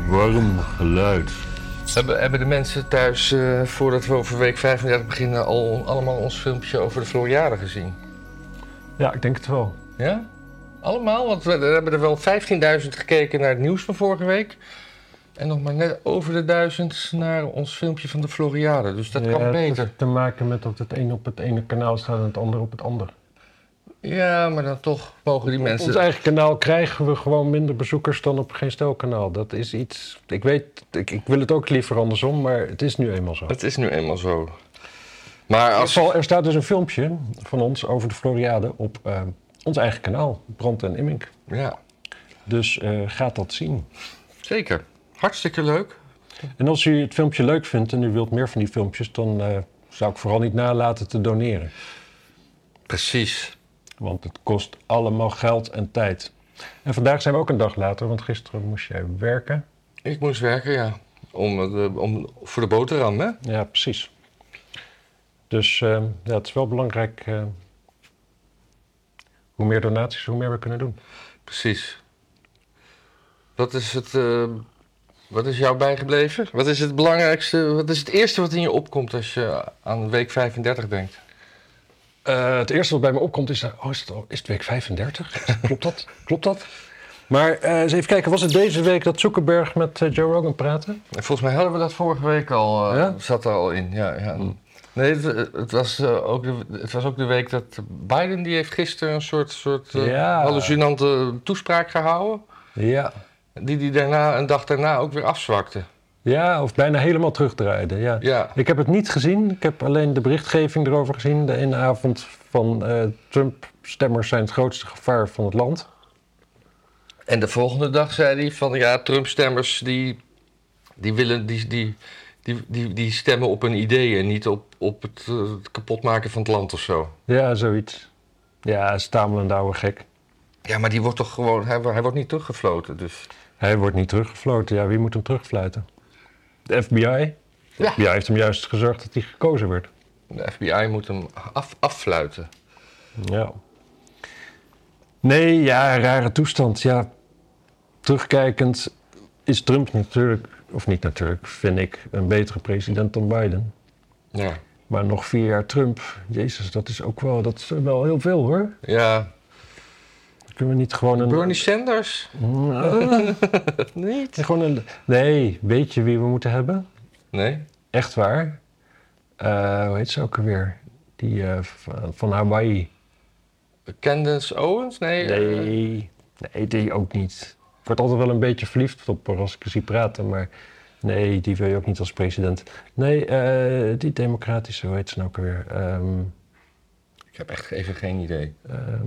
warm geluid. Hebben de mensen thuis, voordat we over week 35 beginnen, allemaal ons filmpje over de Floriade gezien? Ja, ik denk het wel. Ja? Allemaal? Want we hebben er wel 15.000 gekeken naar het nieuws van vorige week. En nog maar net over de 1000 naar ons filmpje van de Floriade. Dus dat kan beter. Het heeft te maken met dat het een op het ene kanaal staat en het andere op het andere. Ja, maar dan toch mogen die mensen... Op ons eigen kanaal krijgen we gewoon minder bezoekers dan op Geen Stel kanaal. Dat is iets... Ik weet, ik wil het ook liever andersom, maar het is nu eenmaal zo. Het is nu eenmaal zo. Maar als... Er staat dus een filmpje van ons over de Floriade op ons eigen kanaal, Brand en Immink. Ja. Dus gaat dat zien. Zeker. Hartstikke leuk. En als u het filmpje leuk vindt en u wilt meer van die filmpjes, dan zou ik vooral niet nalaten te doneren. Precies. Want het kost allemaal geld en tijd. En vandaag zijn we ook een dag later, want gisteren moest jij werken. Ik moest werken, ja. Om voor de boterham, hè? Ja, precies. Dus ja, het is wel belangrijk. Hoe meer donaties, hoe meer we kunnen doen. Precies. Wat is jou bijgebleven? Wat is het belangrijkste? Wat is het eerste wat in je opkomt als je aan week 35 denkt? Het eerste wat bij me opkomt is... is het week 35? Klopt dat? Maar eens even kijken, was het deze week dat Zuckerberg met Joe Rogan praatte? Volgens mij hadden we dat vorige week al. Ja? Zat er al in, ja. Nee, het was ook de week dat Biden... die heeft gisteren een soort hallucinante toespraak gehouden. Ja. Die daarna, een dag daarna ook weer afzwakte. Ja, of bijna helemaal terugdraaide. Ja. Ja. Ik heb het niet gezien. Ik heb alleen de berichtgeving erover gezien. De ene avond van Trump-stemmers zijn het grootste gevaar van het land. En de volgende dag zei hij van ja, Trump-stemmers die stemmen op een idee en niet op het kapotmaken van het land of zo. Ja, zoiets. Ja, stamelende oude gek. Ja, maar die wordt toch gewoon, hij wordt niet teruggefloten, dus... Hij wordt niet teruggefloten. Ja, wie moet hem terugfluiten? De FBI? De FBI heeft hem juist gezorgd dat hij gekozen werd. De FBI moet hem affluiten. Ja. Nee, ja, rare toestand. Ja, terugkijkend is Trump natuurlijk, of niet natuurlijk, vind ik, een betere president dan Biden. Ja. Maar nog 4 jaar Trump, jezus, dat is wel heel veel hoor. Ja. Kunnen we niet gewoon een... Bernie Sanders? Niet? Nee, weet je wie we moeten hebben? Nee. Echt waar? Hoe heet ze ook alweer? Die van Hawaii. Candace Owens? Nee, die ook niet. Ik word altijd wel een beetje verliefd op haar als ik zie praten, maar nee, die wil je ook niet als president. Nee, die democratische, hoe heet ze nou ook alweer? Ik heb echt even geen idee.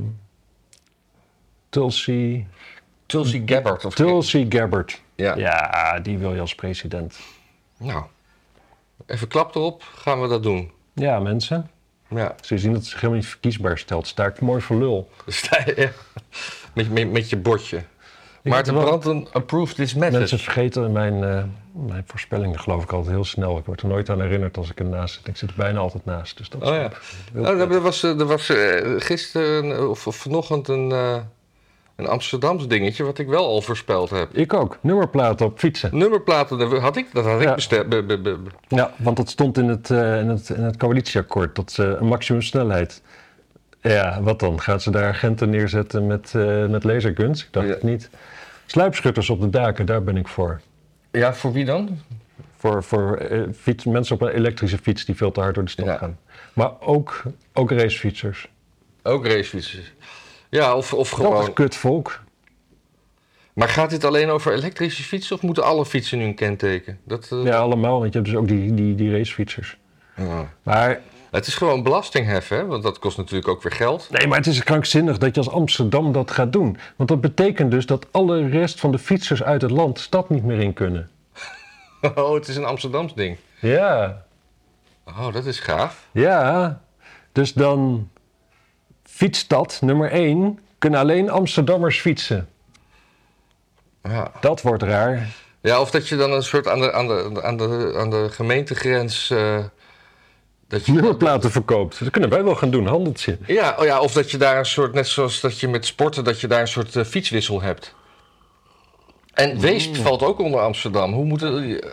Tulsi Gabbard. Tulsi Gabbard. Ja, die wil je als president. Nou, even klap erop, gaan we dat doen. Ja, mensen. Ja. Zul je zien dat het zich helemaal niet verkiesbaar stelt. Sta ik mooi voor lul. Ja. Met je bordje. Maarten Branden approved this message. Mensen vergeten mijn voorspellingen geloof ik altijd heel snel. Ik word er nooit aan herinnerd als ik ernaast zit. Ik zit er bijna altijd naast. Dus dat is er was gisteren of vanochtend een Amsterdams dingetje wat ik wel al voorspeld heb. Ik ook. Nummerplaten op fietsen. Nummerplaten, dat had ik besteld. Ja, want dat stond in het coalitieakkoord. Dat een maximumsnelheid. Ja, wat dan? Gaan ze daar agenten neerzetten met laserguns? Ik dacht het niet. Sluipschutters op de daken, daar ben ik voor. Ja, voor wie dan? Voor mensen op een elektrische fiets die veel te hard door de stad gaan. Maar ook racefietsers. Ook racefietsers. Ja, of gewoon... Dat is kutvolk. Maar gaat dit alleen over elektrische fietsen of moeten alle fietsen nu een kenteken? Ja, allemaal, want je hebt dus ook die racefietsers. Ja. Maar... Het is gewoon belastinghef, hè? Want dat kost natuurlijk ook weer geld. Nee, maar het is krankzinnig dat je als Amsterdam dat gaat doen. Want dat betekent dus dat alle rest van de fietsers uit het land de stad niet meer in kunnen. Oh, het is een Amsterdams ding. Ja. Oh, dat is gaaf. Ja, dus dan fietsstad nummer 1 kunnen alleen Amsterdammers fietsen. Ja. Dat wordt raar. Ja, of dat je dan een soort aan de gemeentegrens... dat je nummerplaten verkoopt. Dat kunnen wij wel gaan doen, handeltje. Ja, of dat je daar een soort, net zoals dat je met sporten, dat je daar een soort fietswissel hebt. En Weesp valt ook onder Amsterdam. Hoe moet het...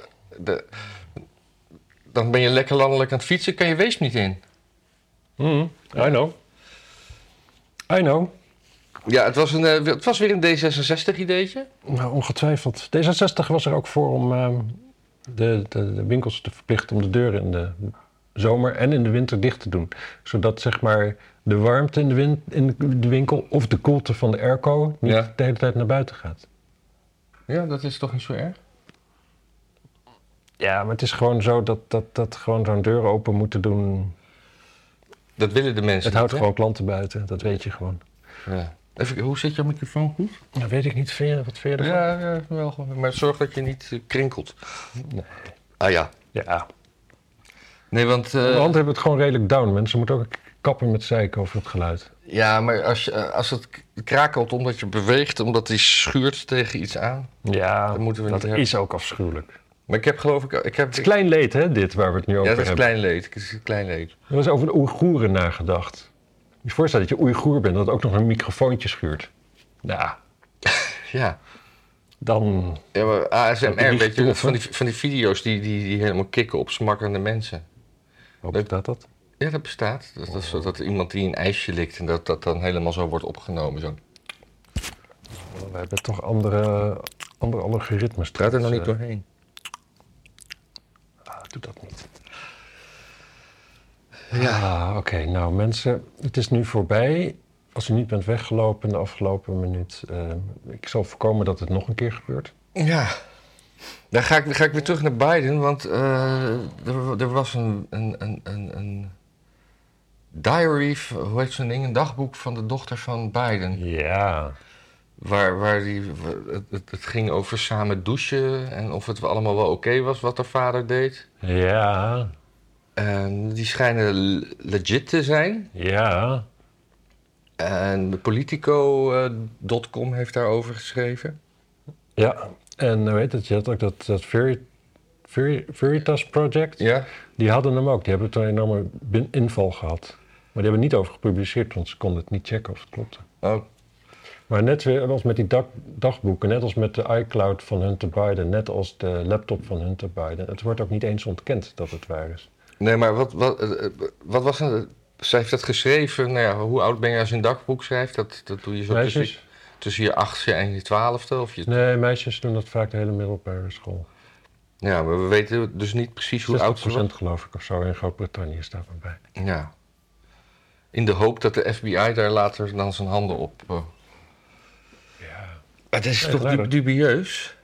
Dan ben je lekker landelijk aan het fietsen, kan je Weesp niet in. I know. Ja, het was weer een D66-ideetje. Nou, ongetwijfeld. D66 was er ook voor om de winkels te verplichten om de deuren in de zomer en in de winter dicht te doen. Zodat zeg maar de warmte in de winkel of de koelte van de airco niet de hele tijd naar buiten gaat. Ja, dat is toch niet zo erg? Ja, maar het is gewoon zo dat gewoon zo'n deur open moeten doen. Dat willen de mensen Het houdt gewoon klanten buiten, dat weet je gewoon. Ja. Even, hoe zit jouw microfoon goed? Dat weet ik niet. Wat vind je ervan? Ja, wel gewoon. Maar zorg dat je niet krinkelt. Nee. Ah ja. Ja. Nee, want... De hand hebben het gewoon redelijk down. Mensen moeten ook kappen met zeiken over het geluid. Ja, maar als het krakelt omdat je beweegt, omdat hij schuurt tegen iets aan... Ja, dan moeten we dat niet is ook afschuwelijk. Maar ik heb geloof ik... Het is klein leed, hè, dit waar we het nu over hebben. Ja, dat is klein leed. Het is klein leed. Er was over de Oeigoeren nagedacht. Je voorstelt dat je Oeigoer bent, dat ook nog een microfoontje schuurt. Nou, ja. Dan... Ja, maar ASMR, weet je, van die video's die helemaal kicken op smakkende mensen. Hoe bestaat dat? Ja, dat bestaat. Dat is dat iemand die een ijsje likt en dat dan helemaal zo wordt opgenomen. Zo. We hebben toch andere algoritmes. Gaat er nog niet doorheen. Doe dat niet. Ja. Oké. Nou mensen, het is nu voorbij. Als u niet bent weggelopen in de afgelopen minuut, ik zal voorkomen dat het nog een keer gebeurt. Ja. Dan ga ik weer terug naar Biden, want er was een diary, hoe heet zo'n ding? Een dagboek van de dochter van Biden. Ja. Waar het ging over samen douchen en of het allemaal wel oké was wat haar vader deed. Ja. En die schijnen legit te zijn. Ja. En Politico.com heeft daarover geschreven. Ja, en weet het, je had ook dat Veritas Project. Ja. Die hadden hem ook. Die hebben toen een enorme inval gehad. Maar die hebben niet over gepubliceerd, want ze konden het niet checken of het klopte. Oh. Maar net weer als met die dagboeken, net als met de iCloud van Hunter Biden, net als de laptop van Hunter Biden. Het wordt ook niet eens ontkend dat het waar is. Nee, maar wat was het? Zij heeft dat geschreven, nou ja, hoe oud ben je als je een dagboek schrijft? Dat doe je zo tussen je 8e en je 12e? Of je... Nee, meisjes doen dat vaak de hele middelbare school. Ja, maar we weten dus niet precies hoe oud ze was. 60% geloof ik of zo in Groot-Brittannië staat erbij. Ja. In de hoop dat de FBI daar later dan zijn handen op... Ja. Het is toch dubieus?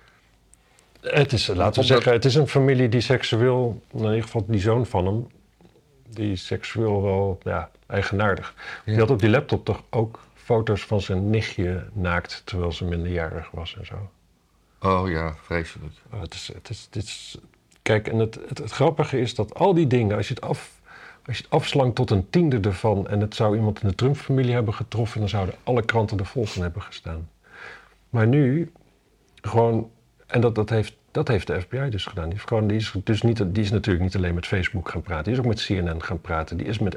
Het is, laten we zeggen, het is een familie die seksueel, in ieder geval die zoon van hem, die seksueel wel, eigenaardig. Ja. Die had op die laptop toch ook foto's van zijn nichtje naakt, terwijl ze minderjarig was en zo. Oh ja, vreselijk. Het is, kijk, en het grappige is dat al die dingen, als je het afslankt tot een tiende ervan en het zou iemand in de Trump-familie hebben getroffen, dan zouden alle kranten er vol van hebben gestaan. Maar nu, gewoon, en dat heeft de FBI dus gedaan. Die is natuurlijk niet alleen met Facebook gaan praten. Die is ook met CNN gaan praten. Die is met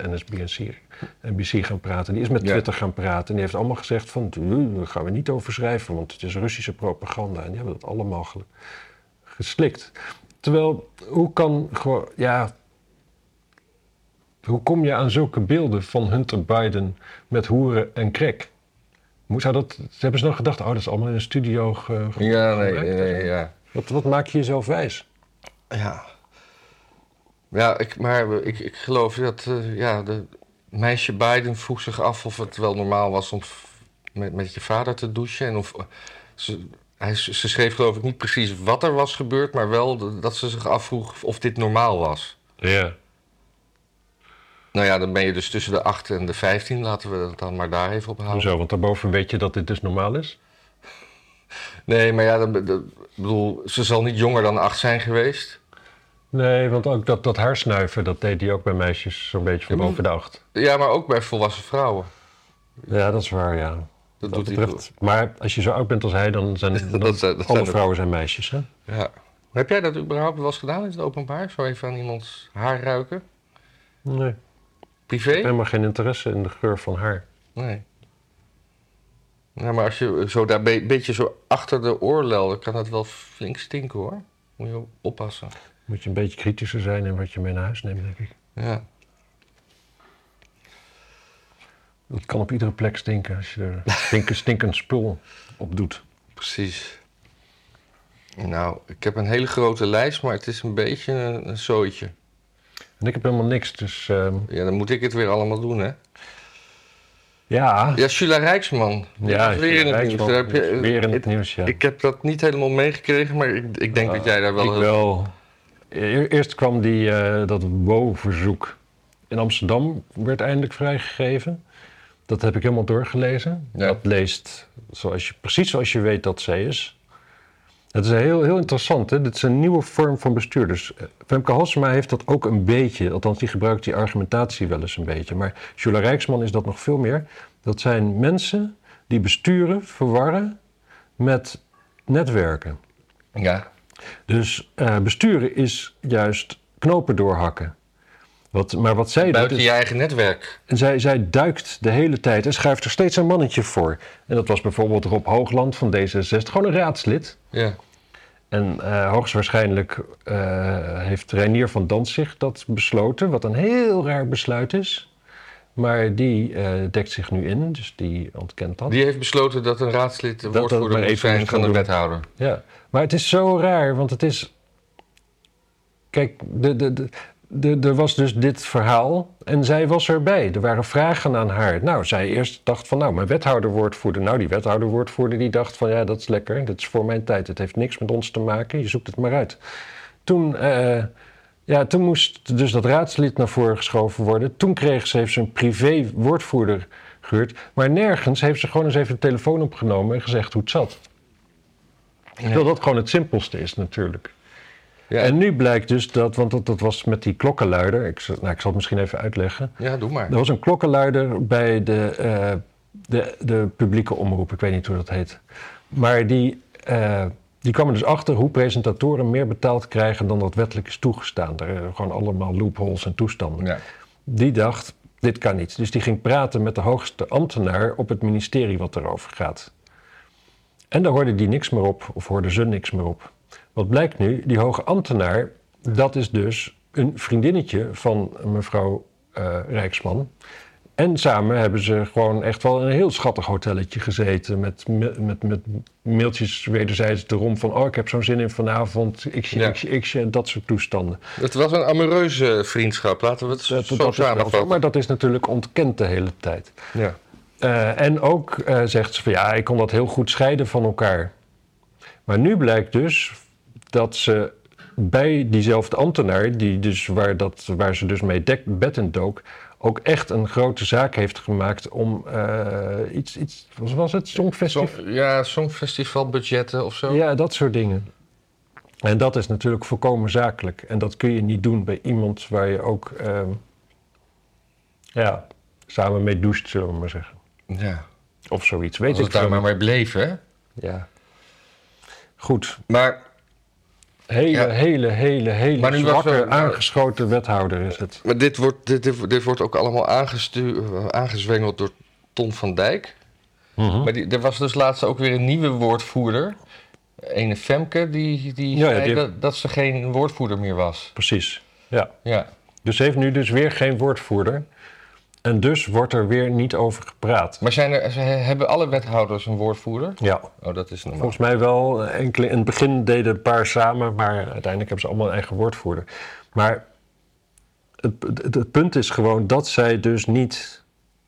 NBC gaan praten. Die is met Twitter gaan praten. En die heeft allemaal gezegd van, daar gaan we niet over schrijven, want het is Russische propaganda. En die hebben dat allemaal geslikt. Terwijl, hoe kom je aan zulke beelden van Hunter Biden met hoeren en crack? Hebben ze nog gedacht, dat is allemaal in een studio ja. Wat maak je jezelf wijs? Ja. Ja, ik geloof dat de meisje Biden vroeg zich af of het wel normaal was om met je vader te douchen. En of ze schreef geloof ik niet precies wat er was gebeurd, maar wel dat ze zich afvroeg of dit normaal was. Ja. Nou ja, dan ben je dus tussen de 8 en de 15. Laten we het dan maar daar even op houden. Hoezo? Want daarboven weet je dat dit dus normaal is? Nee, maar ja, bedoel, ze zal niet jonger dan 8 zijn geweest. Nee, want ook dat haarsnuiven, dat deed hij ook bij meisjes zo'n beetje van boven de 8. Ja, maar ook bij volwassen vrouwen. Ja, dat is waar, ja. Dat doet hij goed. Maar als je zo oud bent als hij, dan zijn alle vrouwen zijn meisjes, hè? Ja. Heb jij dat überhaupt wel eens gedaan in het openbaar? Zo even aan iemands haar ruiken? Nee. Privé? Ik heb helemaal geen interesse in de geur van haar. Nee. Ja, maar als je zo daar een beetje zo achter de oorlel, dan kan dat wel flink stinken hoor. Moet je oppassen. Moet je een beetje kritischer zijn in wat je mee naar huis neemt, denk ik. Ja. Het kan op iedere plek stinken als je er stinkend spul op doet. Precies. Nou, ik heb een hele grote lijst, maar het is een beetje een zooitje. En ik heb helemaal niks, dus... Ja, dan moet ik het weer allemaal doen, hè? Ja. Ja, Jula Rijksman. Ja, weer in het nieuws. Weer in het nieuws, ja. Ik heb dat niet helemaal meegekregen, maar ik denk dat jij daar wel... Ik wel. Eerst kwam dat WO-verzoek in Amsterdam, werd eindelijk vrijgegeven. Dat heb ik helemaal doorgelezen. Ja. Dat leest precies zoals je weet dat zij is. Het is heel, heel interessant, hè? Dit is een nieuwe vorm van bestuur. Dus Femke Halsema heeft dat ook een beetje. Althans, die gebruikt die argumentatie wel eens een beetje. Maar Jula Rijksman is dat nog veel meer. Dat zijn mensen die besturen verwarren met netwerken. Ja. Dus besturen is juist knopen doorhakken. Maar wat zij buiten doet, je eigen netwerk. Zij duikt de hele tijd en schuift er steeds een mannetje voor. En dat was bijvoorbeeld Rob Hoogland van D66, gewoon een raadslid. Ja. En hoogstwaarschijnlijk heeft Reinier van Dantzig dat besloten, wat een heel raar besluit is. Maar die dekt zich nu in, dus die ontkent dat. Die heeft besloten dat een raadslid de woordvoerder moet zijn van de wethouder. Ja, maar het is zo raar, want het is... Kijk, er was dus dit verhaal en zij was erbij. Er waren vragen aan haar. Nou, zij eerst dacht van, mijn wethouder-woordvoerder. Nou, die wethouder-woordvoerder die dacht van, ja, dat is lekker. Dat is voor mijn tijd. Het heeft niks met ons te maken. Je zoekt het maar uit. Toen moest dus dat raadslid naar voren geschoven worden. Toen heeft ze een privé-woordvoerder gehuurd. Maar nergens heeft ze gewoon eens even de telefoon opgenomen en gezegd hoe het zat. Nee. Terwijl dat gewoon het simpelste is natuurlijk. Ja. En nu blijkt dus want dat was met die klokkenluider. Ik zal het misschien even uitleggen. Ja, doe maar. Er was een klokkenluider bij de publieke omroep. Ik weet niet hoe dat heet. Maar die kwam er dus achter hoe presentatoren meer betaald krijgen dan dat wettelijk is toegestaan. Er gewoon allemaal loopholes en toestanden. Ja. Die dacht, dit kan niet. Dus die ging praten met de hoogste ambtenaar op het ministerie wat erover gaat. En daar hoorde die niks meer op, of hoorde ze niks meer op. Wat blijkt nu, die hoge ambtenaar, dat is dus een vriendinnetje van mevrouw Rijksman. En samen hebben ze gewoon echt wel in een heel schattig hotelletje gezeten met mailtjes wederzijds erom van, ik heb zo'n zin in vanavond, xje, dat soort toestanden. Het was een amoureuze vriendschap, laten we het zo samenvatten. Maar dat is natuurlijk ontkend de hele tijd. Ja. En ook zegt ze van, ik kon dat heel goed scheiden van elkaar. Maar nu blijkt dus dat ze bij diezelfde ambtenaar, waar ze dus mee bed en dook, ook echt een grote zaak heeft gemaakt om wat was het? Songfestival? Songfestivalbudgetten of zo. Ja, dat soort dingen. En dat is natuurlijk volkomen zakelijk. En dat kun je niet doen bij iemand waar je ook samen mee doucht, zullen we maar zeggen. Ja. Of zoiets. Weet ik daar maar mee bleef, hè? Ja. Goed. Maar... Hele zwakke, aangeschoten wethouder is het. Maar dit wordt ook allemaal aangezwengeld door Ton van Dijk. Mm-hmm. Maar er was dus laatst ook weer een nieuwe woordvoerder. Ene Femke, die zei dat ze geen woordvoerder meer was. Precies, ja. Dus ze heeft nu dus weer geen woordvoerder. En dus wordt er weer niet over gepraat. Maar hebben alle wethouders een woordvoerder? Ja. Oh, dat is normaal. Volgens mij wel. Enkele, in het begin deden een paar samen, maar uiteindelijk hebben ze allemaal een eigen woordvoerder. Maar het punt is gewoon dat zij dus niet...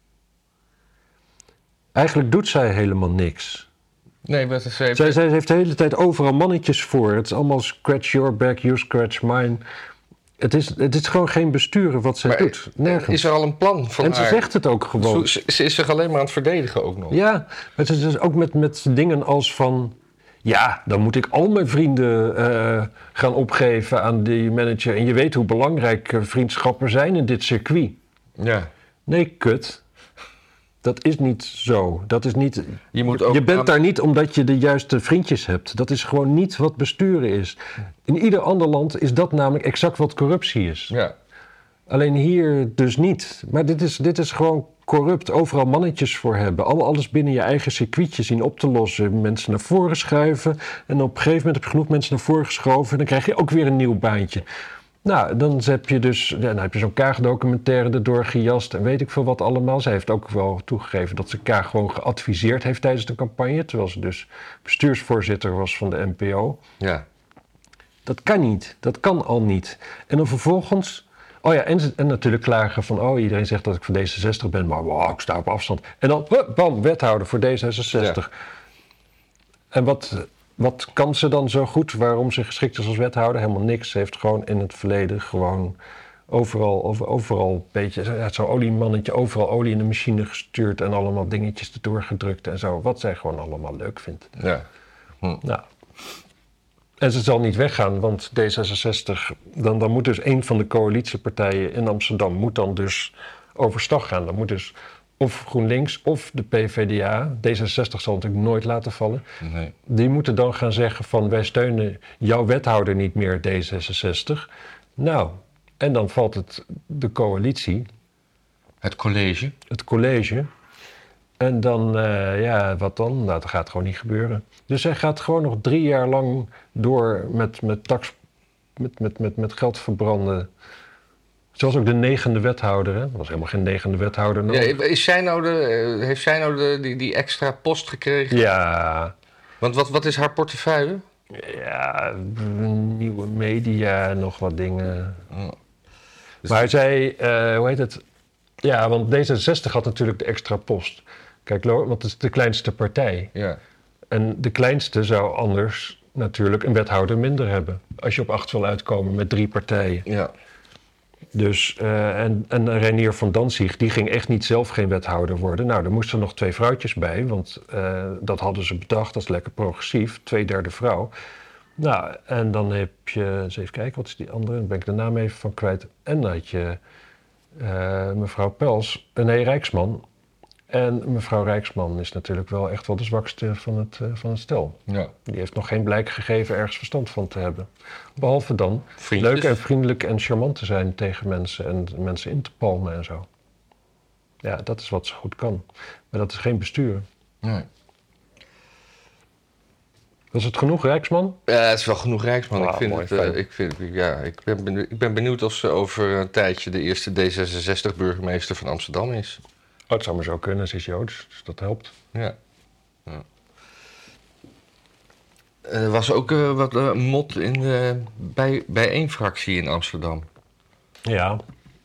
Eigenlijk doet zij helemaal niks. Nee, maar zij heeft de hele tijd overal mannetjes voor. Het is allemaal scratch your back, you scratch mine... Het is gewoon geen besturen wat ze doet. Nergens. Is er al een plan van haar? En ze zegt het ook gewoon. Ze is zich alleen maar aan het verdedigen ook nog. Ja, maar het is dus ook met dingen als van... Ja, dan moet ik al mijn vrienden gaan opgeven aan die manager. En je weet hoe belangrijk vriendschappen zijn in dit circuit. Ja. Nee, kut. Dat is niet zo. Dat is niet... Je bent daar niet omdat je de juiste vriendjes hebt. Dat is gewoon niet wat besturen is. In ieder ander land is dat namelijk exact wat corruptie is. Ja. Alleen hier dus niet. Maar dit is gewoon corrupt, overal mannetjes voor hebben. Alles binnen je eigen circuitje zien op te lossen. Mensen naar voren schuiven. En op een gegeven moment heb je genoeg mensen naar voren geschoven. En dan krijg je ook weer een nieuw baantje. Nou, dan heb je dus dan heb je zo'n Kaag-documentaire erdoor gejast en weet ik veel wat allemaal. Zij heeft ook wel toegegeven dat ze Kaag gewoon geadviseerd heeft tijdens de campagne. Terwijl ze dus bestuursvoorzitter was van de NPO. Ja. Dat kan niet. Dat kan al niet. En dan vervolgens... Oh ja, en natuurlijk klagen van... iedereen zegt dat ik van D66 ben, maar wow, ik sta op afstand. En dan, bam, wethouder voor D66. Ja. En wat kan ze dan zo goed? Waarom ze geschikt is als wethouder? Helemaal niks. Ze heeft gewoon in het verleden gewoon overal een beetje... zo'n oliemannetje, overal olie in de machine gestuurd... en allemaal dingetjes erdoor gedrukt en zo. Wat zij gewoon allemaal leuk vindt. Ja. Nou... En ze zal niet weggaan, want D66... Dan moet dus een van de coalitiepartijen in Amsterdam... moet dan dus overstag gaan. Dan moet dus of GroenLinks of de PvdA... D66 zal natuurlijk nooit laten vallen. Nee. Die moeten dan gaan zeggen van... wij steunen jouw wethouder niet meer, D66. Nou, en dan valt de coalitie... Het college. Het college... En dan, wat dan? Nou, dat gaat gewoon niet gebeuren. Dus hij gaat gewoon nog 3 jaar lang door met geld verbranden. Zoals ook de 9e wethouder, hè? Er was helemaal geen 9e wethouder nodig. Ja, heeft zij nou die extra post gekregen? Ja. Want wat is haar portefeuille? Ja, nieuwe media en nog wat dingen. Oh. Dus maar zij, hoe heet het? Ja, want D66 had natuurlijk de extra post. Kijk, want het is de kleinste partij. Ja. En de kleinste zou anders natuurlijk een wethouder minder hebben. Als je op 8 wil uitkomen met 3 partijen. Ja. Dus, en Reinier van Danzig, die ging echt niet zelf geen wethouder worden. Nou, er moesten nog 2 vrouwtjes bij, want dat hadden ze bedacht. Dat is lekker progressief, 2/3 vrouw. Nou, en dan heb je, eens even kijken, wat is die andere? Dan ben ik de naam even van kwijt. En dan had je mevrouw Rijksman. En mevrouw Rijksman is natuurlijk wel echt wel de zwakste van het stel. Ja. Die heeft nog geen blijk gegeven ergens verstand van te hebben. Behalve dan Vriendjes. leuk en vriendelijk en charmant te zijn tegen mensen en mensen in te palmen en zo. Ja, dat is wat ze goed kan. Maar dat is geen bestuur. Nee. Was het genoeg, Rijksman? Ja, het is wel genoeg Rijksman. Wow, Ik ben benieuwd of ze over een tijdje de eerste D66-burgemeester van Amsterdam is. Oh, het zou maar zo kunnen, ze is Joods, dus dat helpt. Ja. Er was ook wat mot bij één fractie in Amsterdam. Ja.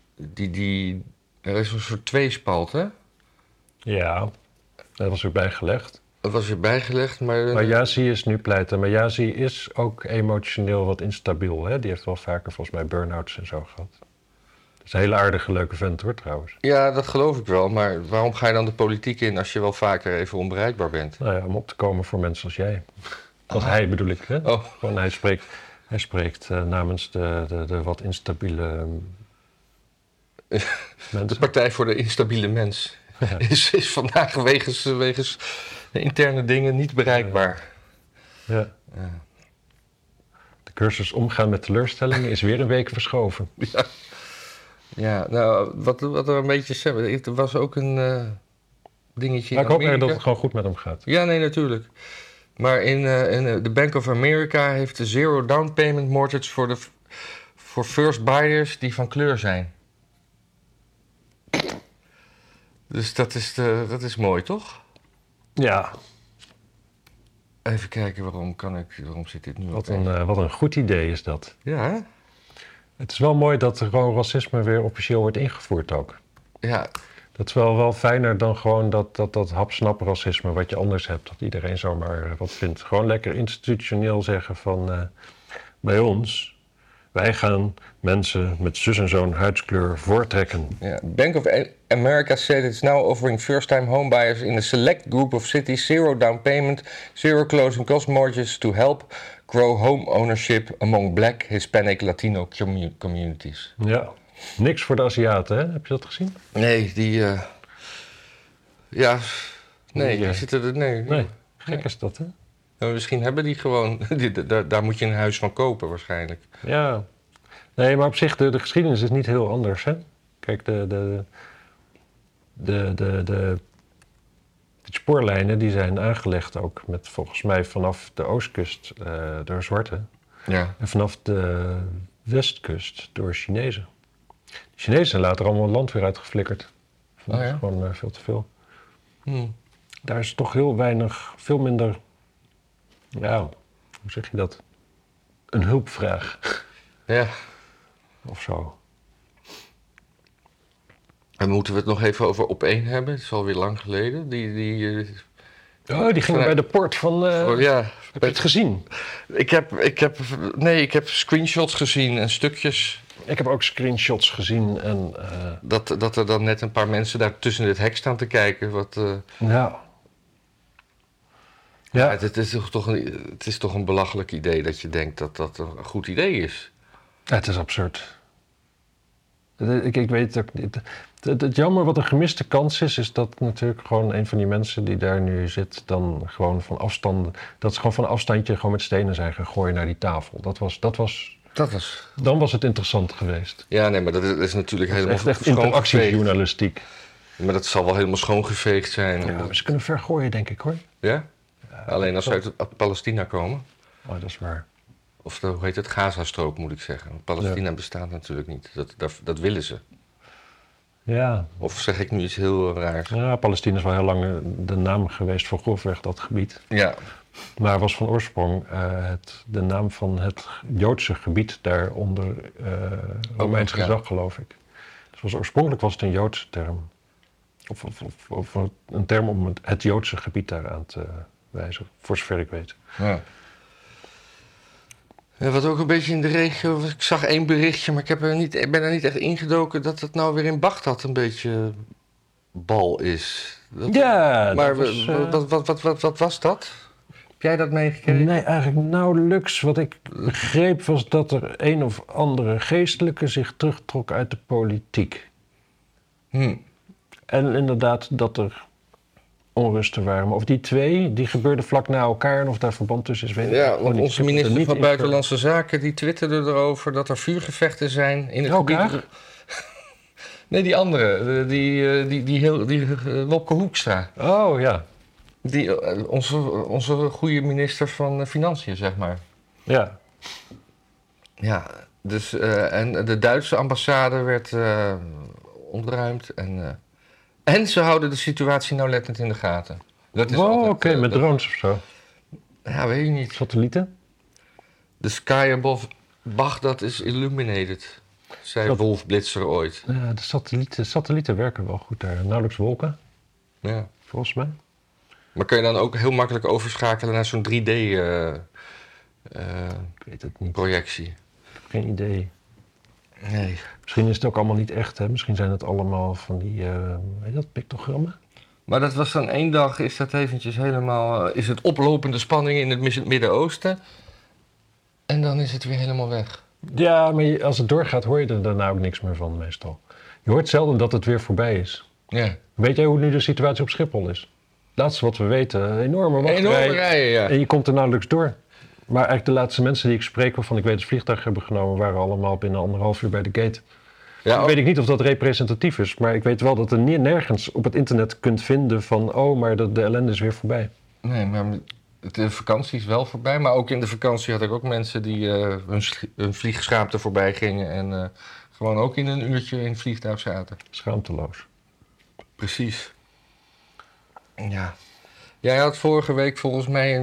Er is een soort tweespalt, hè? Ja, dat was weer bijgelegd. Dat was weer bijgelegd, maar... Mayazi is nu pleiten. Mayazi is ook emotioneel wat instabiel, hè? Die heeft wel vaker volgens mij burn-outs en zo gehad. Dat is een hele aardige, leuke vent hoor, trouwens. Ja, dat geloof ik wel. Maar waarom ga je dan de politiek in als je wel vaker even onbereikbaar bent? Nou ja, om op te komen voor mensen als jij. Als hij bedoel ik, hè? Oh. Gewoon, hij spreekt namens de wat instabiele mensen. De Partij voor de Instabiele Mens Ja. is vandaag wegens interne dingen niet bereikbaar. Ja. Ja. De cursus omgaan met teleurstellingen is weer een week verschoven. Ja, nou, wat er een beetje... Er was ook een dingetje Maar in ik hoop Amerika. echt dat het gewoon goed met hem gaat. Ja, nee, natuurlijk. Maar in de Bank of America heeft de zero down payment mortgage voor first buyers die van kleur zijn. Dus dat is mooi, toch? Ja, Even kijken, waarom zit dit nu wat op? wat een goed idee is dat. Ja, hè? Het is wel mooi dat er gewoon racisme weer officieel wordt ingevoerd ook. Ja, Dat is wel fijner dan gewoon dat hapsnap racisme wat je anders hebt. Dat iedereen zomaar wat vindt. Gewoon lekker institutioneel zeggen van... bij ons, wij gaan mensen met zus en zo'n huidskleur voortrekken. ja. Bank of America said it's now offering first-time homebuyers in a select group of cities zero down payment, zero closing cost mortgages to help grow home ownership among Black, Hispanic, Latino communities. Ja, niks voor de Aziaten, hè? Heb je dat gezien? Nee, die zitten er... Nee, gek is dat, hè? Nou, misschien hebben die gewoon... daar moet je een huis van kopen waarschijnlijk. Ja. Nee, maar op zich, de geschiedenis is niet heel anders, hè? Kijk, de spoorlijnen die zijn aangelegd ook met volgens mij vanaf de oostkust door Zwarten. Ja. En vanaf de westkust door Chinezen. De Chinezen zijn later allemaal het land weer uitgeflikkerd. Dat is gewoon veel te veel. Daar is toch heel weinig, veel minder, ja, hoe zeg je dat? Een hulpvraag. Ja. Of zo. En moeten we het nog even over Op1 hebben? Het is alweer lang geleden. Die gingen bij de poort van... Heb je het gezien? Ik heb screenshots gezien en stukjes. Ik heb ook screenshots gezien en... Dat er dan net een paar mensen daar tussen het hek staan te kijken. Ja, het is toch een belachelijk idee dat je denkt dat dat een goed idee is. Ja, het is absurd. Ik weet het ook niet. Het jammer wat een gemiste kans is dat natuurlijk gewoon een van die mensen die daar nu zit, dan gewoon van afstand, dat ze gewoon van een afstandje gewoon met stenen zijn gaan gooien naar die tafel. Dan was het interessant geweest. Ja, nee, maar dat is natuurlijk helemaal echt interactiejournalistiek. Maar dat zal wel helemaal schoongeveegd zijn. Ja, maar ze kunnen ver gooien, denk ik, hoor. Ja? Alleen als ze uit Palestina komen. Oh, dat is waar. Of hoe heet het? Gaza-strook, moet ik zeggen. Palestina bestaat natuurlijk niet. Dat willen ze. Ja. Of zeg ik nu iets heel raars? Ja, Palestina is wel heel lang de naam geweest voor grofweg dat gebied. Ja. Maar was van oorsprong de naam van het Joodse gebied daar onder Romeins gezag, geloof ik. Dus oorspronkelijk was het een Joodse term. Of een term om het Joodse gebied daar aan te wijzen, voor zover ik weet. Ja. Ja, wat ook een beetje in de regio... Ik zag één berichtje, maar ik ben er niet echt ingedoken... dat het nou weer in Bagdad een beetje bal is. Maar wat was dat? Heb jij dat meegekregen? Nee, eigenlijk nauwelijks. Wat ik begreep was dat er een of andere geestelijke zich terugtrok uit de politiek. En inderdaad dat er onrusten waren. Maar of die twee, die gebeurden vlak na elkaar en of daar verband tussen is, weet ik niet. Ja, want onze minister van Buitenlandse Zaken die twitterde erover dat er vuurgevechten zijn in het gebied. Nee, die andere, die Wopke Hoekstra. Oh ja. Onze goede minister van Financiën, zeg maar. Ja. Ja, dus en de Duitse ambassade werd ontruimd en ze houden de situatie nauwlettend in de gaten. Dat is oké, met drones of zo. Ja, weet ik niet. Satellieten? The sky above Baghdad is illuminated, zei Wolf Blitzer ooit. Ja, de satellieten werken wel goed daar. Nauwelijks wolken. Ja. Volgens mij. Maar kun je dan ook heel makkelijk overschakelen naar zo'n 3D ik weet het niet. Projectie? Ik heb geen idee. Nee. Misschien is het ook allemaal niet echt, hè? Misschien zijn het allemaal van die, weet je dat, pictogrammen? Maar dat was dan één dag, is dat eventjes helemaal... is het oplopende spanning in het Midden-Oosten. En dan is het weer helemaal weg. Ja, maar als het doorgaat hoor je er daarna ook niks meer van meestal. Je hoort zelden dat het weer voorbij is. Ja. Weet jij hoe nu de situatie op Schiphol is? Het laatste wat we weten, enorme rijen, ja. En je komt er nauwelijks door. Maar eigenlijk de laatste mensen die ik spreek, waarvan ik weet dat ze vliegtuig hebben genomen, waren allemaal binnen 1,5 uur bij de gate. Ja, weet ik niet of dat representatief is, maar ik weet wel dat er nergens op het internet kunt vinden van, maar de ellende is weer voorbij. Nee, maar de vakantie is wel voorbij, maar ook in de vakantie had ik ook mensen die hun vliegschaamte voorbij gingen en gewoon ook in een uurtje in het vliegtuig zaten. Schaamteloos. Precies. Ja. Jij had vorige week volgens mij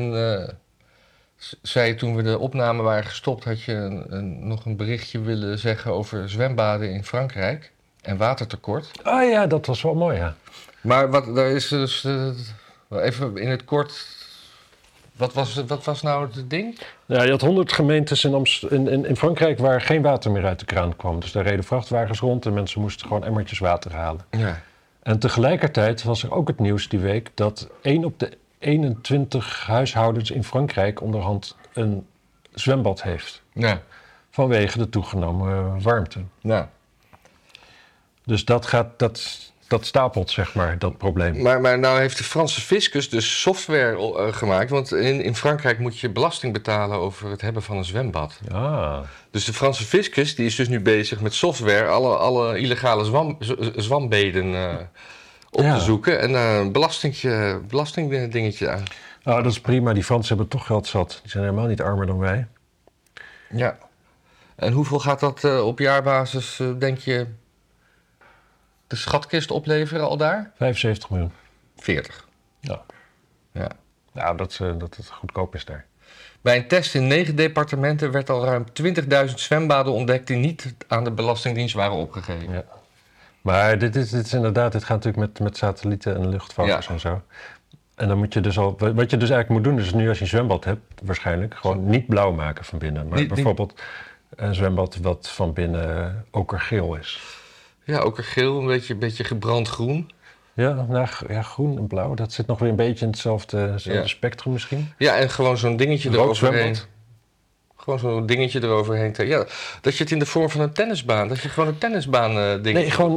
zei toen we de opname waren gestopt, had je nog een berichtje willen zeggen over zwembaden in Frankrijk en watertekort. Oh ja, dat was wel mooi, ja. Maar daar is dus, even in het kort, wat was nou het ding? Ja, je had 100 gemeentes in Frankrijk waar geen water meer uit de kraan kwam. Dus daar reden vrachtwagens rond en mensen moesten gewoon emmertjes water halen. Ja. En tegelijkertijd was er ook het nieuws die week dat 1 op de 21 huishoudens in Frankrijk onderhand een zwembad heeft. Ja. Vanwege de toegenomen warmte. Ja. Dus dat dat stapelt, zeg maar, dat probleem. Maar nou heeft de Franse fiscus dus software gemaakt. Want in Frankrijk moet je belasting betalen over het hebben van een zwembad. Ah. Dus de Franse fiscus die is dus nu bezig met software alle illegale zwambeden op te zoeken. En een belastingdingetje aan. Oh, dat is prima. Die Fransen hebben toch geld zat. Die zijn helemaal niet armer dan wij. Ja. En hoeveel gaat dat op jaarbasis, denk je, de schatkist opleveren al daar? 75 miljoen. 40. Ja. Ja. Ja, dat het goedkoop is daar. Bij een test in 9 departementen werd al ruim 20.000 zwembaden ontdekt die niet aan de Belastingdienst waren opgegeven. Ja. Maar dit is inderdaad, dit gaat natuurlijk met satellieten en luchtvogels en zo. En dan moet je dus al, wat je dus eigenlijk moet doen, is nu als je een zwembad hebt, waarschijnlijk, gewoon niet blauw maken van binnen. Maar bijvoorbeeld een zwembad wat van binnen okergeel is. Ja, okergeel, een beetje gebrand groen. Ja, nou, groen en blauw, dat zit nog weer een beetje in hetzelfde spectrum misschien. Ja, en gewoon zo'n dingetje eroverheen. Gewoon zo'n dingetje eroverheen. Ja, dat je het in de vorm van een tennisbaan, dat je gewoon een tennisbaan dingetje... Nee, gewoon,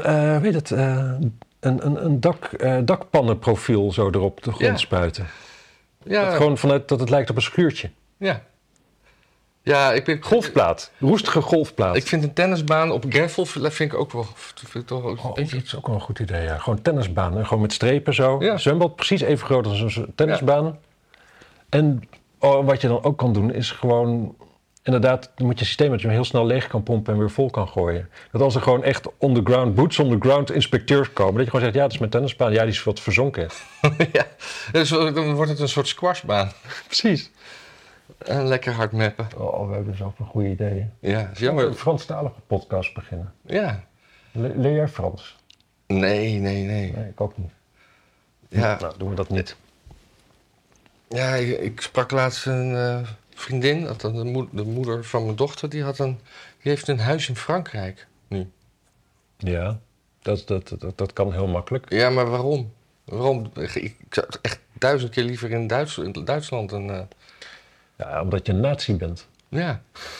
een dakpannenprofiel zo erop de grond spuiten. Ja. Dat gewoon vanuit dat het lijkt op een schuurtje. Ja. Ja, golfplaat, roestige golfplaat. Ik vind een tennisbaan op gravel vind ik ook wel... Dat is ook wel een goed idee, ja. Gewoon tennisbaan, gewoon met strepen zo. Ja. Zwembad precies even groot als een tennisbaan. Ja. En wat je dan ook kan doen is gewoon... Inderdaad, dan moet je een systeem dat je hem heel snel leeg kan pompen en weer vol kan gooien. Dat als er gewoon echt boots on the ground inspecteurs komen... dat je gewoon zegt, ja, dat is mijn tennisbaan. Ja, die is wat verzonken. Ja, dus dan wordt het een soort squashbaan. Precies. En lekker hard mappen. Oh, we hebben zoveel goede ideeën. Ja, is jammer. Een Franstalige podcast beginnen. Ja. Leer jij Frans? Nee. Nee, ik ook niet. Ja. Nou, doen we dat niet. Ja, ik sprak laatst een vriendin, de moeder van mijn dochter, die heeft een huis in Frankrijk nu. Ja. Dat kan heel makkelijk. Ja, maar waarom? Ik zou echt 1000 keer liever in Duitsland. Ja, omdat je een nazi bent. Ja.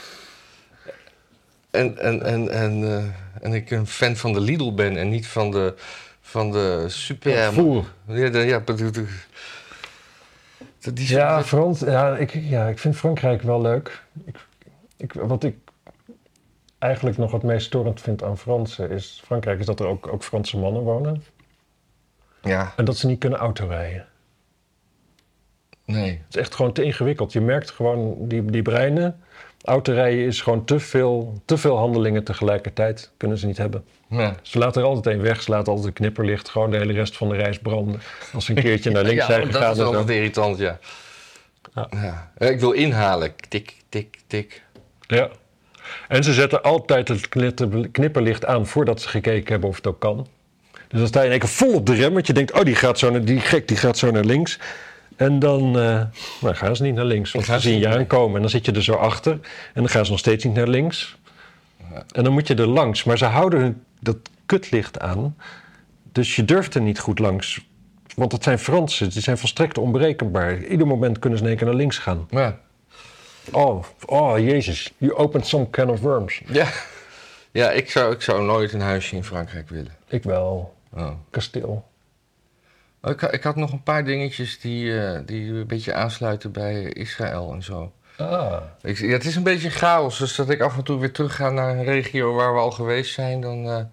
En ik een fan van de Lidl ben en niet van de super... Frans. Ik vind Frankrijk wel leuk. Wat ik eigenlijk nog het meest storend vind aan Frankrijk is dat er ook Franse mannen wonen. Ja. En dat ze niet kunnen autorijden. Nee. Het is echt gewoon te ingewikkeld. Je merkt gewoon die breinen. Autorijden is gewoon te veel handelingen tegelijkertijd. Kunnen ze niet hebben. Ja. Ze laten er altijd één weg. Ze laten altijd een knipperlicht. Gewoon de hele rest van de reis branden. Als ze een keertje naar links zijn gegaan. Dat is altijd irritant, ja. Ja. Ik wil inhalen. Tik, tik, tik. Ja. En ze zetten altijd het knipperlicht aan voordat ze gekeken hebben of het ook kan. Dus dan sta je in één keer vol op de rem. Want je denkt, die gaat zo naar links. En dan gaan ze niet naar links. Want ze zien je aankomen en dan zit je er zo achter. En dan gaan ze nog steeds niet naar links. Ja. En dan moet je er langs. Maar ze houden dat kutlicht aan. Dus je durft er niet goed langs. Want het zijn Fransen. Die zijn volstrekt onberekenbaar. Ieder moment kunnen ze in één keer naar links gaan. Ja. Oh, jezus. You opened some can of worms. Ja, ik zou nooit een huisje in Frankrijk willen. Ik wel. Kasteel. Ik had nog een paar dingetjes die een beetje aansluiten bij Israël en zo. Het is een beetje chaos, dus dat ik af en toe weer terug ga naar een regio waar we al geweest zijn. Dan,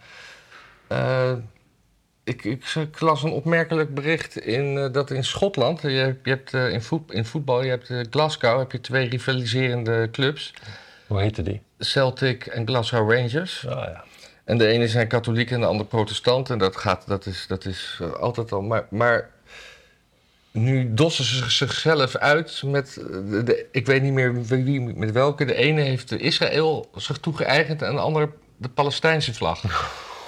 ik las een opmerkelijk bericht dat in Schotland, je hebt in voetbal, je hebt Glasgow, heb je 2 rivaliserende clubs. Hoe heette die? Celtic en Glasgow Rangers. Ja. En de ene zijn katholiek en de andere protestant. En dat is altijd al. Maar nu dossen ze zichzelf uit met... ik weet niet meer met welke. De ene heeft Israël zich toegeëigend en de ander de Palestijnse vlag.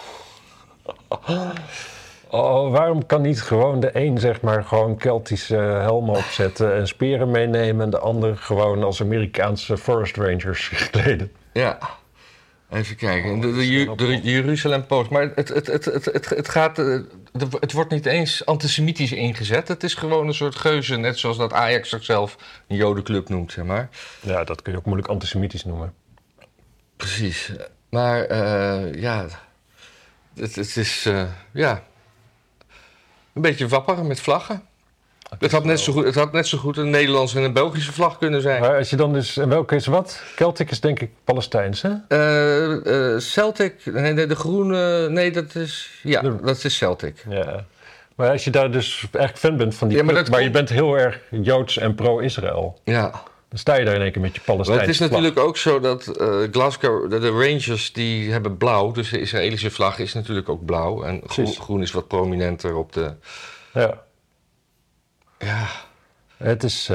Waarom kan niet gewoon de een zeg maar gewoon Keltische helmen opzetten en speren meenemen en de ander gewoon als Amerikaanse Forest Rangers gekleden? Ja. Even kijken, de Jeruzalem Post. Maar het wordt niet eens antisemitisch ingezet. Het is gewoon een soort geuze, net zoals dat Ajax zichzelf een jodenclub noemt, zeg maar. Ja, dat kun je ook moeilijk antisemitisch noemen. Precies. Maar het is, Een beetje wapperen met vlaggen. Het had net zo goed een Nederlandse en een Belgische vlag kunnen zijn. Maar als je dan dus... En welke is wat? Celtic is denk ik Palestijns, hè? Celtic, nee, de groene... Nee, dat is Celtic. Ja. Maar als je daar dus eigenlijk fan bent van die club, maar je bent heel erg Joods en pro-Israël. Ja. Dan sta je daar in één keer met je Palestijnse vlag. Het is natuurlijk ook zo dat Glasgow, de Rangers, die hebben blauw. Dus de Israëlische vlag is natuurlijk ook blauw. En groen is wat prominenter op de... Ja. Ja. Het is,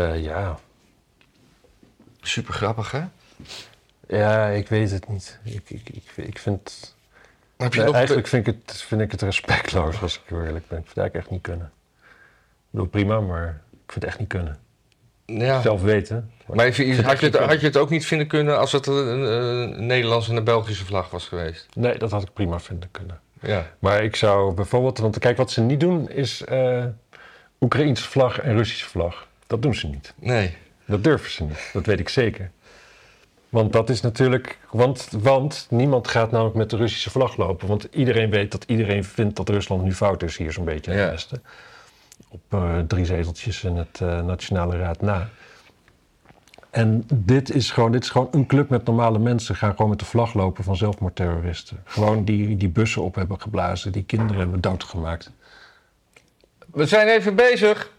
super grappig, hè? Ja, ik weet het niet. Ik vind... Eigenlijk vind ik het respectloos, als ik eerlijk ben. Ik vind het eigenlijk echt niet kunnen. Ik bedoel, prima, maar ik vind het echt niet kunnen. Ja. Zelf weten. Maar had je het ook niet vinden kunnen als het een Nederlandse en een Belgische vlag was geweest? Nee, dat had ik prima vinden kunnen. Ja. Maar ik zou bijvoorbeeld... Want kijk, wat ze niet doen is Oekraïense vlag en Russische vlag. Dat doen ze niet. Nee. Dat durven ze niet. Dat weet ik zeker. Want dat is natuurlijk... Want niemand gaat namelijk met de Russische vlag lopen. Want iedereen weet dat iedereen vindt dat Rusland nu fout is hier zo'n beetje in het Westen. Op 3 zeteltjes in het Nationale Raad na. En dit is gewoon een club met normale mensen. Gaan gewoon met de vlag lopen van zelfmoordterroristen. Gewoon die bussen op hebben geblazen. Die kinderen hebben doodgemaakt. We zijn even bezig.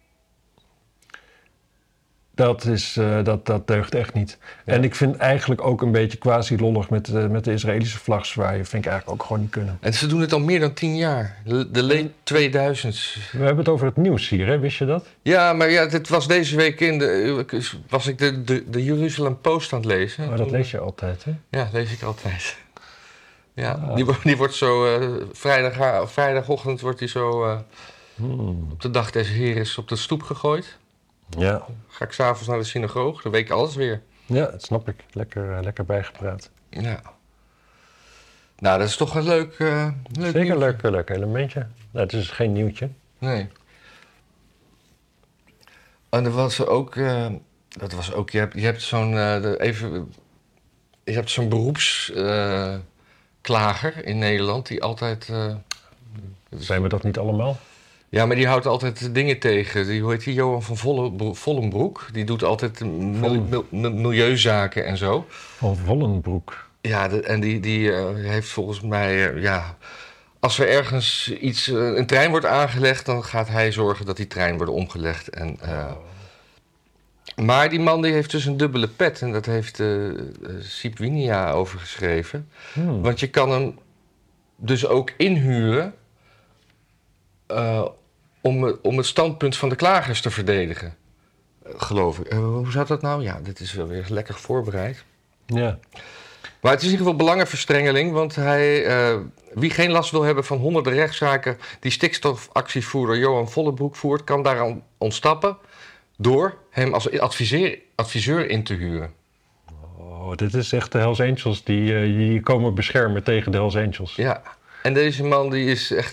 Dat deugt echt niet. Ja. En ik vind eigenlijk ook een beetje quasi-lollig met de Israëlische vlag zwaaien. Vind ik eigenlijk ook gewoon niet kunnen. En ze doen het al meer dan 10 jaar. De late 2000's. We hebben het over het nieuws hier, hè? Wist je dat? Ja, maar dit was deze week was ik de Jerusalem Post aan het lezen. Oh, dat lees je altijd, hè? Ja, lees ik altijd. Ja, die wordt zo... vrijdagochtend wordt die zo... op de dag des Heres op de stoep gegooid. Ja. Ga ik s'avonds naar de synagoog, dan weet ik alles weer. Ja, dat snap ik. Lekker bijgepraat. Ja. Nou, dat is toch een leuk Zeker leuk elementje. Nou, het is geen nieuwtje. Nee. En er was ook... dat was ook... Je hebt zo'n... je hebt zo'n beroepsklager in Nederland die altijd... Zijn we dat niet allemaal? Ja, maar die houdt altijd dingen tegen. Hoe heet die? Johan van Vollenbroek. Die doet altijd milieuzaken en zo. Van Vollenbroek? Ja, en die heeft volgens mij... als er ergens een trein wordt aangelegd... dan gaat hij zorgen dat die trein wordt omgelegd. Maar die man die heeft dus een dubbele pet. En dat heeft Siep Winia over geschreven. Want je kan hem dus ook inhuren... om het standpunt van de klagers te verdedigen. Geloof ik. Hoe zat dat nou? Ja, dit is wel weer lekker voorbereid. Ja. Maar het is in ieder geval belangenverstrengeling... want wie geen last wil hebben van honderden rechtszaken... die stikstofactievoerder Johan Vollenbroek voert... kan daaraan ontsnappen door hem als adviseur in te huren. Oh, dit is echt de Hells Angels die komen beschermen tegen de Hells Angels. Ja, en deze man die is echt...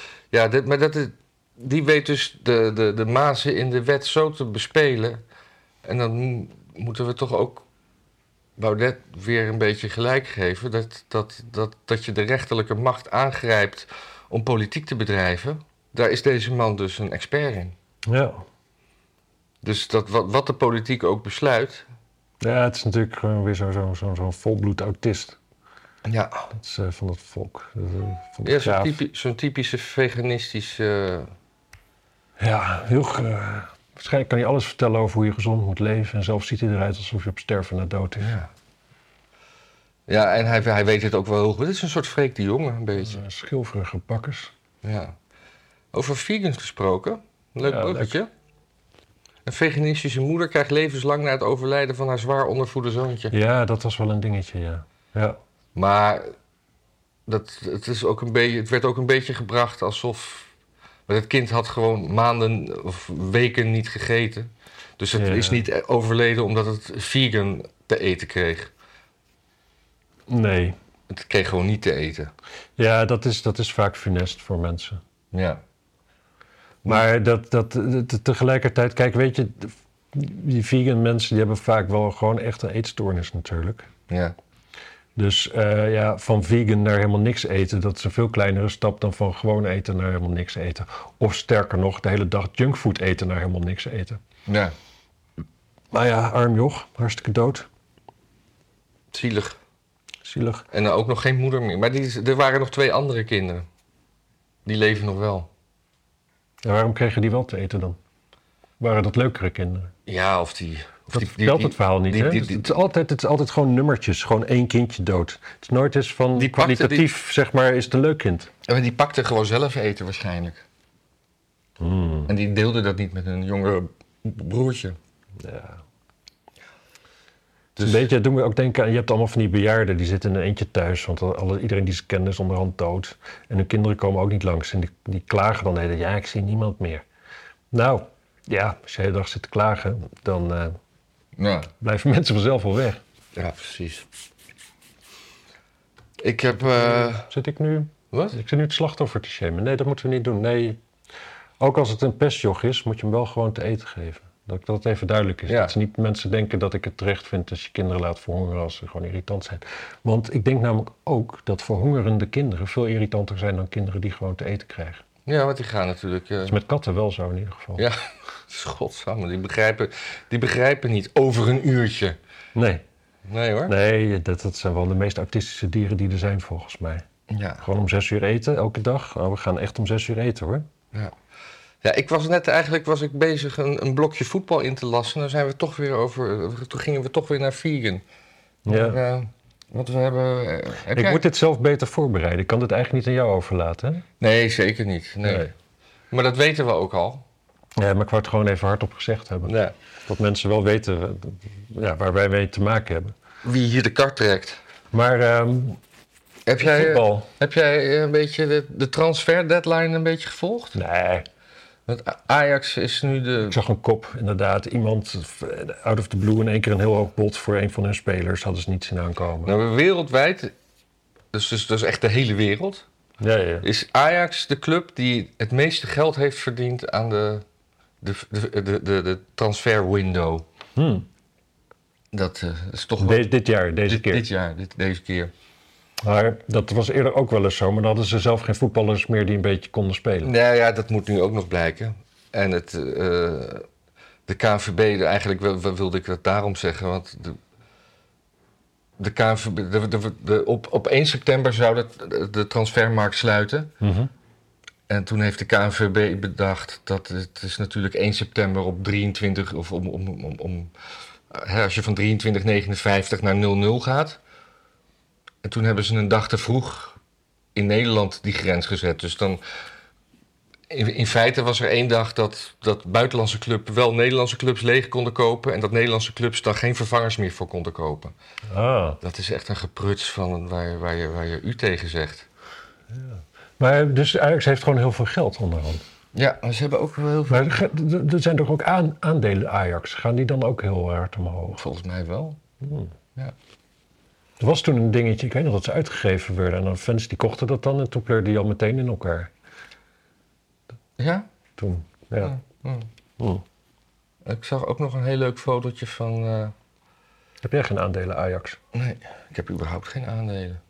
die weet dus de mazen in de wet zo te bespelen. En dan moeten we toch ook Baudet weer een beetje gelijk geven... dat je de rechterlijke macht aangrijpt om politiek te bedrijven. Daar is deze man dus een expert in. Ja. Dus wat de politiek ook besluit... Ja, het is natuurlijk gewoon weer zo'n volbloed autist. Ja. Dat is van het volk. Zo'n typische veganistische... Ja, waarschijnlijk kan hij alles vertellen over hoe je gezond moet leven. En zelf ziet hij eruit alsof je op sterven na dood is. Ja, en hij weet het ook wel heel goed. Het is een soort Freek de Jonge, een beetje. Schilferige bakkers. Ja. Over vegans gesproken. Leuk bruggetje. Een veganistische moeder krijgt levenslang na het overlijden van haar zwaar ondervoede zoontje. Ja, dat was wel een dingetje, ja. Maar het werd ook een beetje gebracht alsof... Maar het kind had gewoon maanden of weken niet gegeten. Dus het is niet overleden omdat het vegan te eten kreeg. Nee. Het kreeg gewoon niet te eten. Ja, dat is vaak funest voor mensen. Ja. Maar tegelijkertijd, kijk, weet je... Die vegan mensen die hebben vaak wel gewoon echt een eetstoornis natuurlijk. Ja. Dus van vegan naar helemaal niks eten, dat is een veel kleinere stap dan van gewoon eten naar helemaal niks eten. Of sterker nog, de hele dag junkfood eten naar helemaal niks eten. Ja. Maar ja, arm joch, hartstikke dood. Zielig. Zielig. En dan ook nog geen moeder meer. Maar er waren nog 2 andere kinderen. Die leven nog wel. Ja, waarom kregen die wel te eten dan? Waren dat leukere kinderen? Ja, Dat vertelt het verhaal niet, hè? Het is altijd gewoon nummertjes. Gewoon 1 kindje dood. Het is nooit eens van kwalitatief, zeg maar, is het een leuk kind. En die pakte gewoon zelf eten waarschijnlijk. En die deelde dat niet met een jongere broertje. Ja. Dus een beetje, het doet me ook denken aan, je hebt allemaal van die bejaarden, die zitten in een eentje thuis, want iedereen die ze kennen is onderhand dood. En hun kinderen komen ook niet langs en die klagen dan, ja, ik zie niemand meer. Nou, ja, als je de hele dag zit te klagen, dan blijven mensen vanzelf wel weg. Ja, precies. Ik heb... Zit ik nu? Wat? Ik zit nu het slachtoffer te shamen. Nee, dat moeten we niet doen. Nee, ook als het een pestjoch is, moet je hem wel gewoon te eten geven. Dat het even duidelijk is. Ja. Dat ze niet mensen denken dat ik het terecht vind als je kinderen laat verhongeren als ze gewoon irritant zijn. Want ik denk namelijk ook dat verhongerende kinderen veel irritanter zijn dan kinderen die gewoon te eten krijgen. Ja, want die gaan natuurlijk... Dat is met katten wel zo in ieder geval. Ja, godsamme, die begrijpen niet over een uurtje. Nee. Nee hoor. Nee, dat zijn wel de meest autistische dieren die er zijn volgens mij. Ja. Gewoon om 6 uur eten, elke dag. Oh, we gaan echt om 6 uur eten hoor. Ja. Ja, was ik bezig een blokje voetbal in te lassen. Dan zijn we toch weer toen gingen we toch weer naar vegan. Ja. Maar, want we hebben... Ik moet dit zelf beter voorbereiden. Ik kan dit eigenlijk niet aan jou overlaten, hè? Nee, zeker niet. Nee. Maar dat weten we ook al. Ja, maar ik wou het gewoon even hardop gezegd hebben. Ja. Dat mensen wel weten waar wij mee te maken hebben. Wie hier de kar trekt. Maar Heb jij een beetje de transfer deadline een beetje gevolgd? Nee. Want Ajax is nu de... Ik zag een kop, inderdaad. Iemand out of the blue in één keer een heel hoog bod voor een van hun spelers. Hadden ze niet zien aankomen. Nou, wereldwijd, dus echt de hele wereld, Ja. is Ajax de club die het meeste geld heeft verdiend aan de transfer window. Dat is toch wel... Dit jaar, deze keer. Deze keer. Maar dat was eerder ook wel eens zo. Maar dan hadden ze zelf geen voetballers meer die een beetje konden spelen. Nou ja, dat moet nu ook nog blijken. En de KNVB, eigenlijk wilde ik dat daarom zeggen. Want de KNVB, op 1 september zou de transfermarkt sluiten. En toen heeft de KNVB bedacht dat het is natuurlijk 1 september op 23... of als je van 23,59 naar 00 gaat. En toen hebben ze een dag te vroeg in Nederland die grens gezet. Dus dan... In feite was er 1 dag dat buitenlandse clubs wel Nederlandse clubs leeg konden kopen... en dat Nederlandse clubs dan geen vervangers meer voor konden kopen. Ah. Dat is echt een gepruts van waar je u tegen zegt. Ja. Maar dus Ajax heeft gewoon heel veel geld onderhand. Ja, maar ze hebben ook wel heel veel... Maar er zijn toch ook aandelen Ajax? Gaan die dan ook heel hard omhoog? Volgens mij wel. Ja. Er was toen een dingetje, ik weet nog dat ze uitgegeven werden... en dan fans die kochten dat dan en toen pleurde die al meteen in elkaar. Ja? Toen, ja. Ik zag ook nog een heel leuk fotootje van... Heb jij geen aandelen Ajax? Nee, ik heb überhaupt geen aandelen.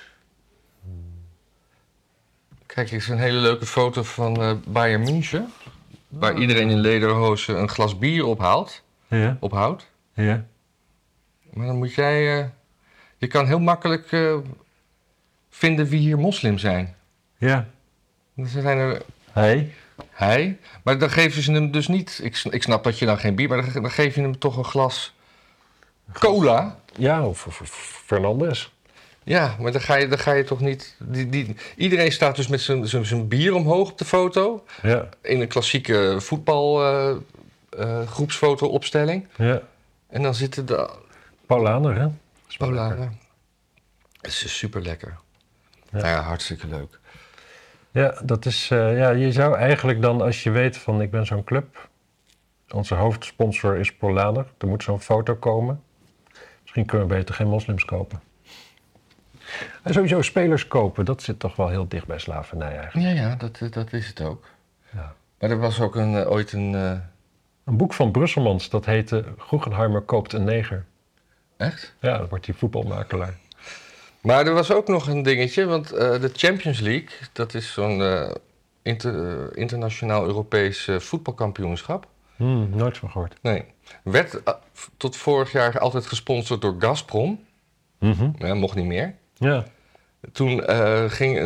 Kijk, hier is een hele leuke foto van Bayern München. Waar iedereen in lederhozen een glas bier ophaalt. Ja. Ophoudt. Ja. Maar dan moet jij... je kan heel makkelijk vinden wie hier moslim zijn. Ja. Dus er zijn er... Hij. Maar dan geven ze hem dus niet... Ik snap dat je dan geen bier... maar dan geef je hem toch een glas cola. Ja, of Fernandes. Ja, maar dan ga je toch niet... iedereen staat dus met zijn bier omhoog op de foto. Ja. In een klassieke voetbal groepsfoto-opstelling. Ja. En dan zitten de... Paulaner, hè? Paulaner. Het is super lekker. Ja. Ja, hartstikke leuk. Ja, dat is... je zou eigenlijk dan, als je weet van ik ben zo'n club... Onze hoofdsponsor is Paulaner. Er moet zo'n foto komen. Misschien kunnen we beter geen moslims kopen. En sowieso spelers kopen, dat zit toch wel heel dicht bij slavernij eigenlijk. Ja, dat is het ook. Ja. Maar er was ook ooit een... Een boek van Brusselmans, dat heette Guggenheimer koopt een neger. Echt? Ja, dan wordt hij voetbalmakelaar. Maar er was ook nog een dingetje, want de Champions League, dat is zo'n internationaal Europees voetbalkampioenschap. Nooit van gehoord. Nee. Werd tot vorig jaar altijd gesponsord door Gazprom. Ja, mocht niet meer. Ja. Toen ging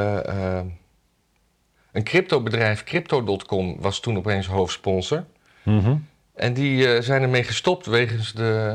een cryptobedrijf, Crypto.com, was toen opeens hoofdsponsor. En die zijn ermee gestopt wegens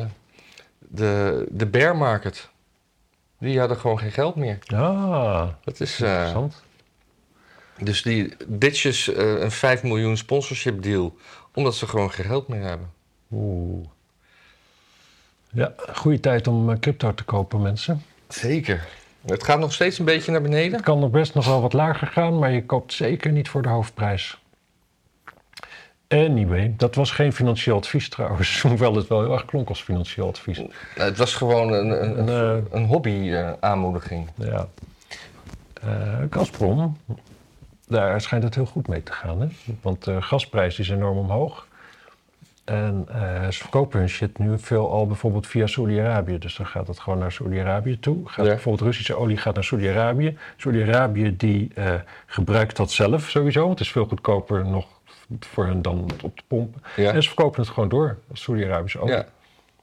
de bear market. Die hadden gewoon geen geld meer. Ah, dat is interessant. Dus die ditches een 5 miljoen sponsorship deal, omdat ze gewoon geen geld meer hebben. Oeh. Ja, goede tijd om crypto te kopen, mensen. Zeker. Het gaat nog steeds een beetje naar beneden. Het kan nog best nog wel wat lager gaan, maar je koopt zeker niet voor de hoofdprijs. Anyway, dat was geen financieel advies trouwens, hoewel het wel heel erg klonk als financieel advies. Het was gewoon een hobby-aanmoediging. Ja. Gazprom, daar schijnt het heel goed mee te gaan. Hè? Want de gasprijs is enorm omhoog. En ze verkopen hun shit nu veel al bijvoorbeeld via Saudi-Arabië. Dus dan gaat het gewoon naar Saudi-Arabië toe. Bijvoorbeeld Russische olie gaat naar Saudi-Arabië. Saudi-Arabië die gebruikt dat zelf sowieso. Want het is veel goedkoper nog voor hen dan op te pompen. Ja. En ze verkopen het gewoon door als Saudi-Arabische olie. Ja.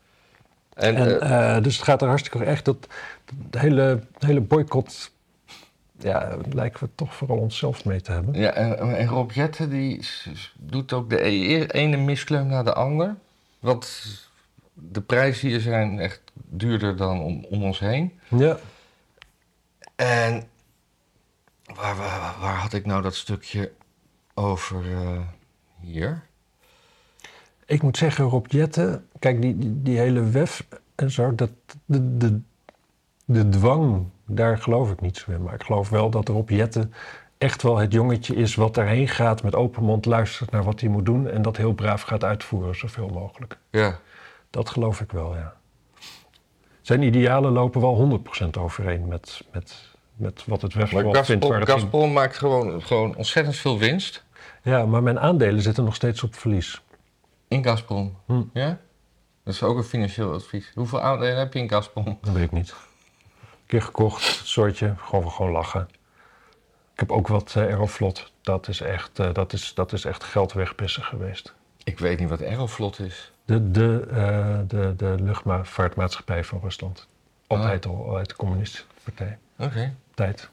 Dus het gaat er hartstikke echt. De hele boycott... Ja, lijken we toch vooral onszelf mee te hebben. Ja, en Rob Jetten die doet ook de ene miskleum naar de ander. Want de prijzen hier zijn echt duurder dan om ons heen. Ja. En waar had ik nou dat stukje over hier? Ik moet zeggen, Rob Jetten, kijk, die hele WEF en zo, de dwang, daar geloof ik niet zo in. Maar ik geloof wel dat Rob Jetten echt wel het jongetje is wat daarheen gaat, met open mond luistert naar wat hij moet doen en dat heel braaf gaat uitvoeren, zoveel mogelijk. Ja. Dat geloof ik wel, ja. Zijn idealen lopen wel 100% overeen met wat het WEF wel vindt. Maar Gazprom maakt gewoon ontzettend veel winst. Ja, maar mijn aandelen zitten nog steeds op verlies. In Gazprom? Ja? Dat is ook een financieel advies. Hoeveel aandelen heb je in Gazprom? Dat weet ik niet. Een keer gekocht, soortje, gewoon lachen. Ik heb ook wat Aeroflot. Dat is echt geld wegpissen geweest. Ik weet niet wat Aeroflot is. De luchtvaartmaatschappij van Rusland. Altijd al uit de communistische partij. Oké. Tijd.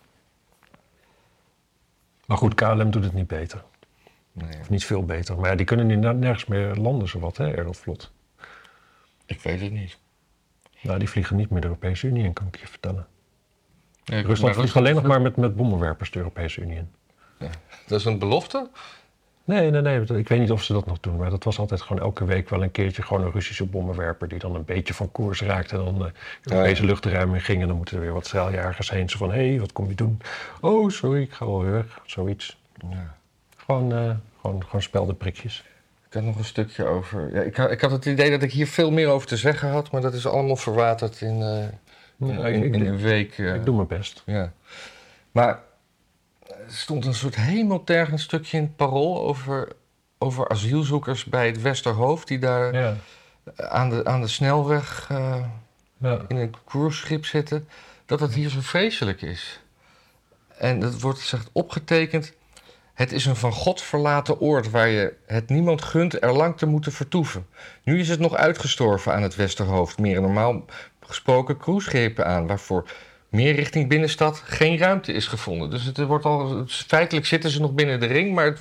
Maar goed, KLM doet het niet beter. Nee. Of niet veel beter. Maar ja, die kunnen nu nergens meer landen zowat, hè, Aeroflot. Ik weet het niet. Nou, die vliegen niet meer de Europese Unie in, kan ik je vertellen. Nee, Rusland vliegt alleen nog maar met bommenwerpers de Europese Unie in. Ja. Dat is een belofte? Nee. Ik weet niet of ze dat nog doen. Maar dat was altijd gewoon elke week wel een keertje gewoon een Russische bommenwerper die dan een beetje van koers raakte en dan de Europese luchtruim in ging. En dan moeten er weer wat straaljagers heen. Zo van, hé, wat kom je doen? Oh, sorry, ik ga wel weer weg. Zoiets. Ja. Gewoon speldenprikjes. Ik had nog een stukje over... Ja, ik had het idee dat ik hier veel meer over te zeggen had, maar dat is allemaal verwaterd in een week. Ik doe mijn best. Ja. Maar er stond een soort hemeltergend stukje in het Parool over asielzoekers bij het Westerhoofd die daar aan de snelweg in een cruiseschip zitten. Dat het hier zo vreselijk is. En dat wordt gezegd opgetekend... Het is een van God verlaten oord waar je het niemand gunt er lang te moeten vertoeven. Nu is het nog uitgestorven aan het Westerhoofd. Meer normaal gesproken cruiseschepen aan, waarvoor meer richting binnenstad geen ruimte is gevonden. Dus feitelijk zitten ze nog binnen de ring, maar...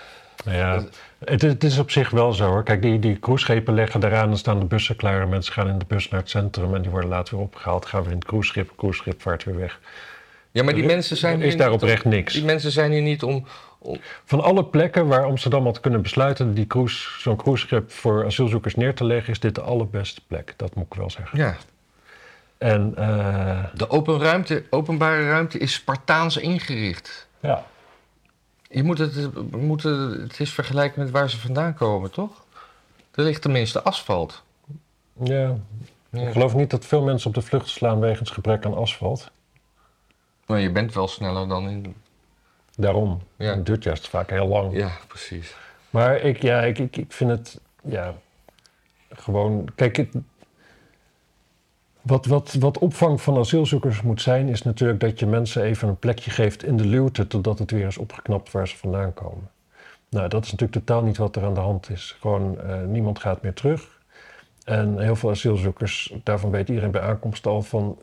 Het is op zich wel zo hoor. Kijk, die cruiseschepen leggen daaraan en staan de bussen klaar. En mensen gaan in de bus naar het centrum en die worden later weer opgehaald. Gaan we in het cruiseschip vaart weer weg. Ja, maar die mensen zijn hier is daar oprecht niks. Die mensen zijn hier niet om... Van alle plekken waar Amsterdam had kunnen besluiten zo'n cruiseschip voor asielzoekers neer te leggen, is dit de allerbeste plek. Dat moet ik wel zeggen. Ja. En, de openbare ruimte is Spartaans ingericht. Ja. Je moet het eens vergelijken met waar ze vandaan komen, toch? Er ligt tenminste asfalt. Ja. Ik geloof niet dat veel mensen op de vlucht slaan wegens gebrek aan asfalt. Maar je bent wel sneller dan in... Daarom. Ja. Het duurt juist vaak heel lang. Ja, precies. Maar ik vind het... Ja, gewoon... Kijk, Wat opvang van asielzoekers moet zijn, is natuurlijk dat je mensen even een plekje geeft in de luwte, totdat het weer is opgeknapt waar ze vandaan komen. Nou, dat is natuurlijk totaal niet wat er aan de hand is. Gewoon, niemand gaat meer terug. En heel veel asielzoekers, daarvan weet iedereen bij aankomst al van,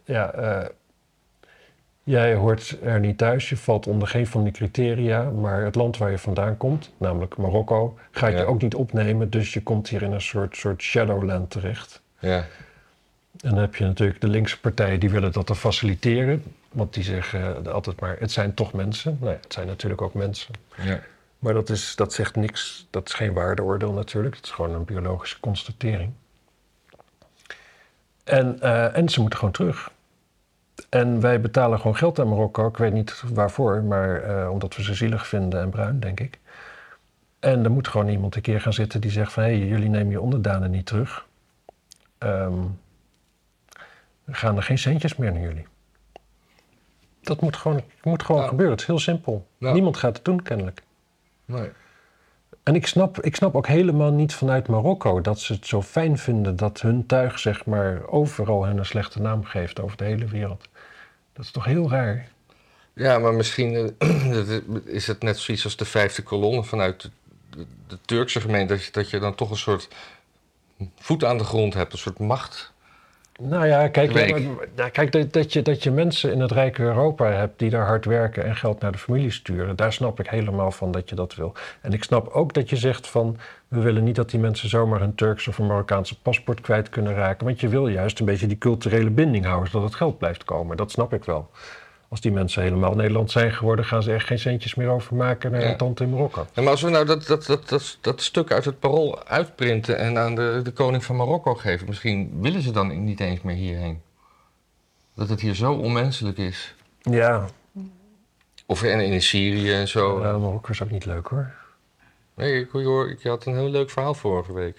jij hoort er niet thuis, je valt onder geen van die criteria, maar het land waar je vandaan komt, namelijk Marokko, gaat je ook niet opnemen, dus je komt hier in een soort shadowland terecht. Ja. En dan heb je natuurlijk de linkse partijen die willen dat te faciliteren, want die zeggen altijd maar, het zijn toch mensen. Nou ja, het zijn natuurlijk ook mensen. Ja. Maar dat zegt niks, dat is geen waardeoordeel natuurlijk, het is gewoon een biologische constatering. En ze moeten gewoon terug. En wij betalen gewoon geld aan Marokko. Ik weet niet waarvoor, maar omdat we ze zielig vinden en bruin, denk ik. En er moet gewoon iemand een keer gaan zitten die zegt van... hé, jullie nemen je onderdanen niet terug. Gaan er geen centjes meer naar jullie. Dat moet gewoon gebeuren. Het is heel simpel. Ja. Niemand gaat het doen, kennelijk. Nee. En ik snap ook helemaal niet vanuit Marokko dat ze het zo fijn vinden dat hun tuig, zeg maar, overal hun een slechte naam geeft over de hele wereld. Dat is toch heel raar? Ja, maar misschien is het net zoiets als de vijfde kolonne vanuit de Turkse gemeente, dat je dan toch een soort voet aan de grond hebt, een soort macht. Nou ja, kijk, dat je mensen in het rijke Europa hebt die daar hard werken en geld naar de familie sturen, daar snap ik helemaal van dat je dat wil. En ik snap ook dat je zegt van, we willen niet dat die mensen zomaar hun Turks of een Marokkaanse paspoort kwijt kunnen raken, want je wil juist een beetje die culturele binding houden, zodat het geld blijft komen. Dat snap ik wel. Als die mensen helemaal Nederland zijn geworden, gaan ze er geen centjes meer over maken naar een tante in Marokko. Ja, maar als we nou dat stuk uit het Parool uitprinten en aan de koning van Marokko geven, misschien willen ze dan niet eens meer hierheen. Dat het hier zo onmenselijk is. Ja. Of in Syrië en zo. Marokko is ook niet leuk hoor. Nee, ik had een heel leuk verhaal vorige week.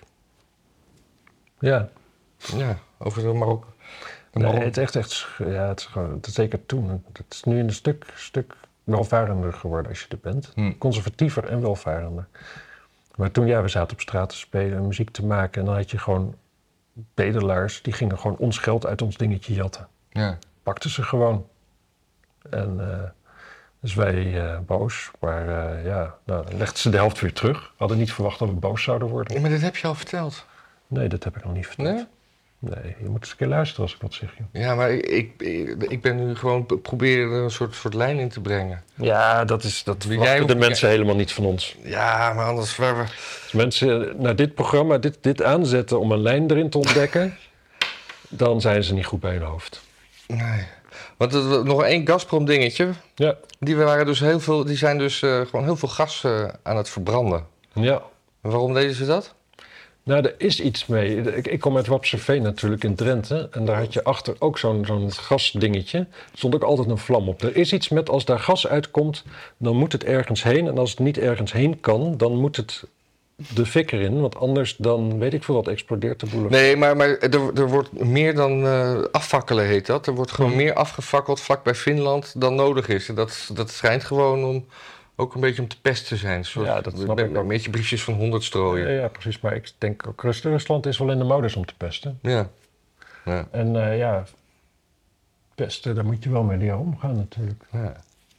Ja. Ja, over de Marokko. Nee, het is echt, ja, het is zeker toen. Het is nu een stuk welvarender geworden als je er bent. Conservatiever en welvarender. Maar toen, we zaten op straat te spelen en muziek te maken en dan had je gewoon bedelaars, die gingen gewoon ons geld uit ons dingetje jatten. Ja. Pakten ze gewoon. En dus wij boos, maar dan legden ze de helft weer terug. Hadden niet verwacht dat we boos zouden worden. Ja, maar dit heb je al verteld. Nee, dat heb ik nog niet verteld. Nee? Nee, je moet eens een keer luisteren als ik wat zeg. Joh. Ja, maar ik ben nu gewoon proberen er een soort lijn in te brengen. Ja, dat verwachten de mensen helemaal niet van ons. Ja, maar anders... Als mensen naar dit programma dit aanzetten om een lijn erin te ontdekken, dan zijn ze niet goed bij hun hoofd. Nee. Want nog één Gazprom dingetje. Ja. Die zijn dus gewoon heel veel gas aan het verbranden. Ja. En waarom deden ze dat? Nou, er is iets mee. Ik kom uit Wapserveen natuurlijk in Drenthe. En daar had je achter ook zo'n gasdingetje. Er stond ook altijd een vlam op. Er is iets met als daar gas uitkomt, dan moet het ergens heen. En als het niet ergens heen kan, dan moet het de fik erin. Want anders dan, weet ik veel wat, explodeert de boel. Nee, maar er wordt meer dan afvakkelen heet dat. Er wordt gewoon meer afgefakkeld vlakbij Finland dan nodig is. En dat schijnt gewoon om... Ook een beetje om te pesten te zijn. Ja, dat snap ik ook. Een beetje briefjes van 100 strooien. Ja, precies. Maar ik denk ook Rusland is wel in de modus om te pesten. Ja. En pesten, daar moet je wel mee leren omgaan natuurlijk. Ja.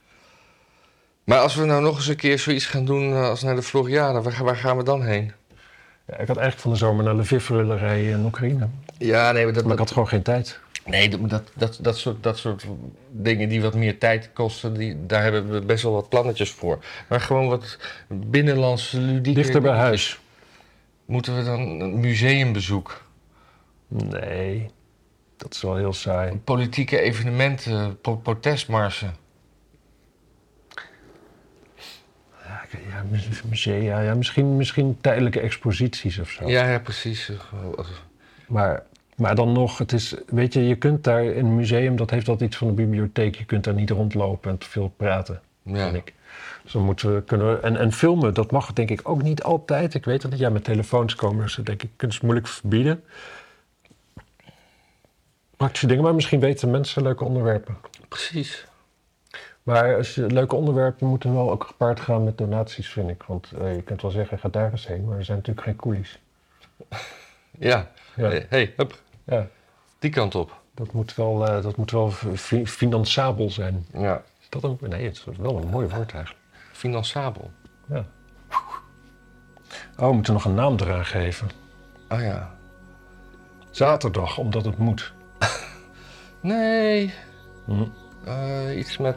Maar als we nou nog eens een keer zoiets gaan doen als naar de Floriade, waar gaan we dan heen? Ja, ik had eigenlijk van de zomer naar Lviv willen rijden in Oekraïne. Ja, nee, maar ik had gewoon geen tijd. Nee, dat soort dingen die wat meer tijd kosten, daar hebben we best wel wat plannetjes voor. Maar gewoon wat binnenlandse ludieke... Dichter bij huis. Moeten we dan een museumbezoek? Nee, dat is wel heel saai. Politieke evenementen, protestmarsen. Ja, musea, ja, misschien tijdelijke exposities of zo. Ja, precies. Maar dan nog, het is, weet je kunt daar in een museum, dat heeft altijd iets van een bibliotheek. Je kunt daar niet rondlopen en te veel praten, vind ik. Dus dan kunnen we, en filmen, dat mag denk ik ook niet altijd. Ik weet dat niet, met telefoons komen ze, denk ik, kunnen ze moeilijk verbieden. Praktische dingen, maar misschien weten mensen leuke onderwerpen. Precies. Maar als je leuke onderwerpen moeten wel ook gepaard gaan met donaties, vind ik. Want je kunt wel zeggen, ga daar eens heen, maar er zijn natuurlijk geen coolies. Ja. Hey, hup. Ja. Die kant op. Dat moet wel finançabel zijn. Ja. Is dat een... Nee, het is wel een mooi woord eigenlijk. Finançabel. Ja. Oh, we moeten nog een naam eraan geven. Oh ja. Zaterdag, omdat het moet. Nee. Iets met...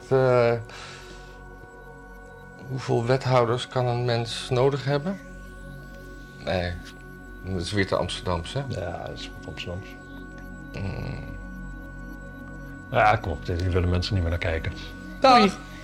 hoeveel wethouders kan een mens nodig hebben? Nee. Dat is weer te Amsterdamse, hè? Ja, dat is wat Amsterdams. Ja, kom op. Hier willen mensen niet meer naar kijken. Dag!